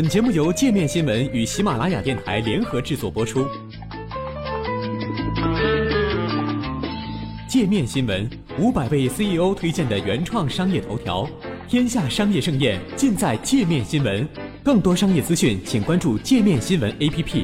本节目由界面新闻与喜马拉雅电台联合制作播出。界面新闻500位 CEO 推荐的原创商业头条，天下商业盛宴尽在界面新闻。更多商业资讯，请关注界面新闻 APP。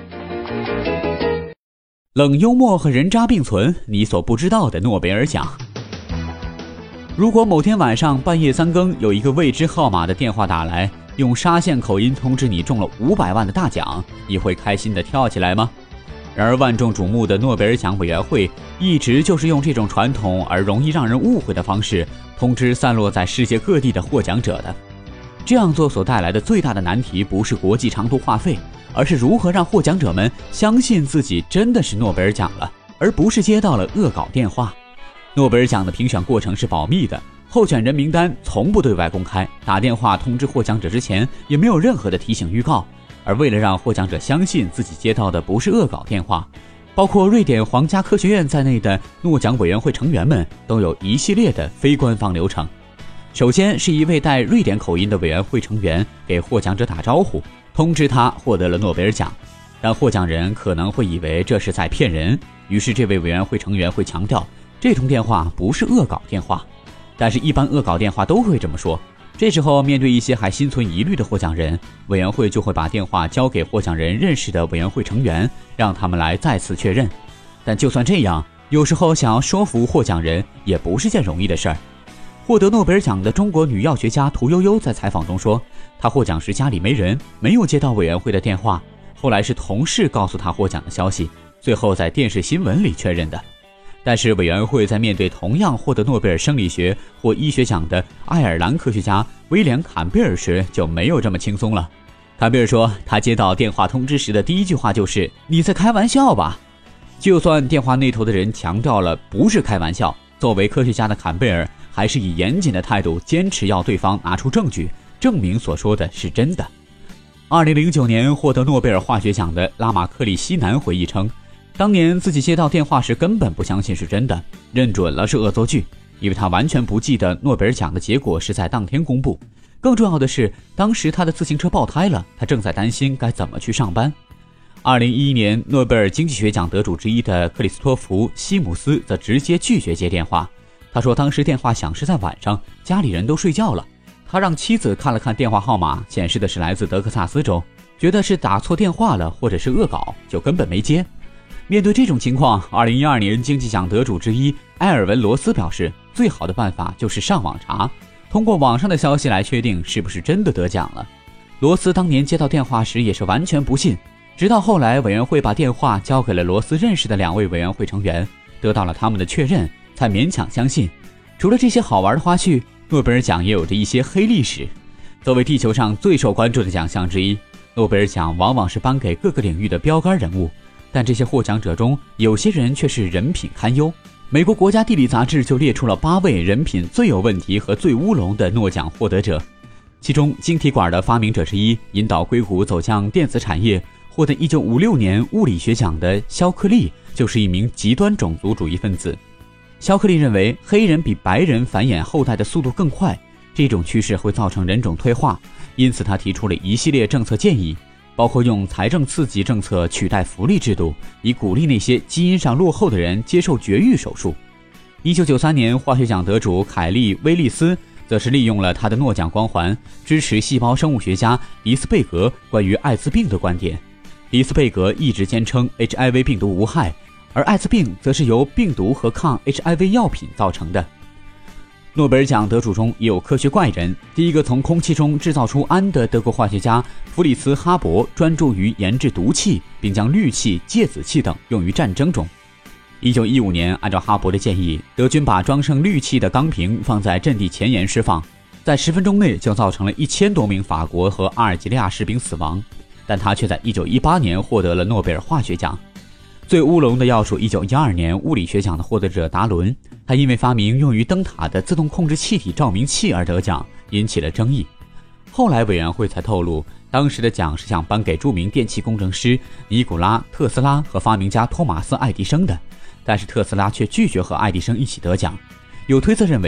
冷幽默和人渣并存，你所不知道的诺贝尔奖。如果某天晚上半夜3更有一个未知号码的电话打来，用沙县口音通知你中了500万的大奖，你会开心地跳起来吗？然而万众瞩目的诺贝尔奖委员会一直就是用这种传统而容易让人误会的方式通知散落在世界各地的获奖者的。这样做所带来的最大的难题不是国际长途话费，而是如何让获奖者们相信自己真的是诺贝尔奖了，而不是接到了恶搞电话。诺贝尔奖的评选过程是保密的，候选人名单从不对外公开，打电话通知获奖者之前也没有任何的提醒预告。而为了让获奖者相信自己接到的不是恶搞电话，包括瑞典皇家科学院在内的诺奖委员会成员们都有一系列的非官方流程。首先是一位带瑞典口音的委员会成员给获奖者打招呼，通知他获得了诺贝尔奖，但获奖人可能会以为这是在骗人，于是这位委员会成员会强调这通电话不是恶搞电话。但是一般恶搞电话都会这么说。这时候面对一些还心存疑虑的获奖人，委员会就会把电话交给获奖人认识的委员会成员，让他们来再次确认。但就算这样，有时候想要说服获奖人也不是件容易的事儿。获得诺贝尔奖的中国女药学家屠呦呦在采访中说，她获奖时家里没人，没有接到委员会的电话，后来是同事告诉她获奖的消息，最后在电视新闻里确认的。但是委员会在面对同样获得诺贝尔生理学或医学奖的爱尔兰科学家威廉·坎贝尔时就没有这么轻松了。坎贝尔说，他接到电话通知时的第一句话就是你在开玩笑吧。就算电话那头的人强调了不是开玩笑，作为科学家的坎贝尔还是以严谨的态度坚持要对方拿出证据证明所说的是真的。2009年获得诺贝尔化学奖的拉马克里希南回忆称，当年自己接到电话时根本不相信是真的，认准了是恶作剧，因为他完全不记得诺贝尔奖的结果是在当天公布。更重要的是，当时他的自行车爆胎了，他正在担心该怎么去上班。2011年诺贝尔经济学奖得主之一的克里斯托弗·西姆斯则直接拒绝接电话。他说当时电话响是在晚上，家里人都睡觉了。他让妻子看了看电话号码，显示的是来自德克萨斯州，觉得是打错电话了或者是恶搞，就根本没接。面对这种情况，2012年经济奖得主之一埃尔文·罗斯表示，最好的办法就是上网查，通过网上的消息来确定是不是真的得奖了。罗斯当年接到电话时也是完全不信，直到后来委员会把电话交给了罗斯认识的2位委员会成员，得到了他们的确认，才勉强相信。除了这些好玩的花絮，诺贝尔奖也有着一些黑历史。作为地球上最受关注的奖项之一，诺贝尔奖往往是颁给各个领域的标杆人物，但这些获奖者中有些人却是人品堪忧。美国国家地理杂志就列出了8位人品最有问题和最乌龙的诺奖获得者，其中晶体管的发明者之一，引导硅谷走向电子产业，获得1956年物理学奖的肖克利就是一名极端种族主义分子。肖克利认为黑人比白人繁衍后代的速度更快，这种趋势会造成人种退化，因此他提出了一系列政策建议，包括用财政刺激政策取代福利制度，以鼓励那些基因上落后的人接受绝育手术。1993年化学奖得主凯利·威利斯则是利用了他的诺奖光环，支持细胞生物学家迪斯贝格关于艾滋病的观点。迪斯贝格一直坚称 HIV 病毒无害，而艾滋病则是由病毒和抗 HIV 药品造成的。诺贝尔奖得主中也有科学怪人，第一个从空气中制造出氨的德国化学家弗里茨·哈伯专注于研制毒气，并将氯气、芥子气等用于战争中。1915年，按照哈伯的建议，德军把装盛氯气的钢瓶放在阵地前沿释放，在10分钟内就造成了1000多名法国和阿尔及利亚士兵死亡，但他却在1918年获得了诺贝尔化学奖。最乌龙的要数1912年物理学奖的获得者达伦，他因为发明用于灯塔的自动控制气体照明器而得奖，引起了争议。后来委员会才透露，当时的奖是想颁给著名电气工程师尼古拉·特斯拉和发明家托马斯·爱迪生的，但是特斯拉却拒绝和爱迪生一起得奖。有推测认为，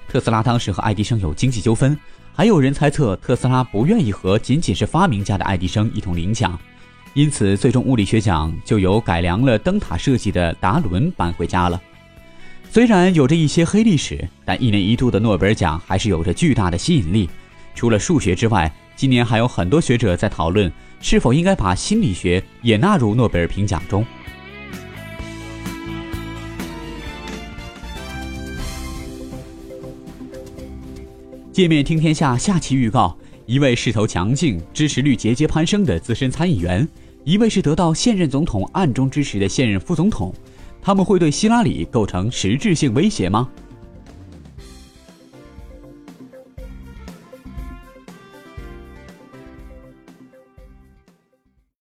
特斯拉当时和爱迪生有经济纠纷，还有人猜测特斯拉不愿意和仅仅是发明家的爱迪生一同领奖，因此最终物理学奖就由改良了灯塔设计的达伦搬回家了。虽然有着一些黑历史，但一年一度的诺贝尔奖还是有着巨大的吸引力。除了数学之外，今年还有很多学者在讨论是否应该把心理学也纳入诺贝尔评奖中。界面听天下下期预告：一位势头强劲、支持率节节攀升的资深参议员，一位是得到现任总统暗中支持的现任副总统，他们会对希拉里构成实质性威胁吗？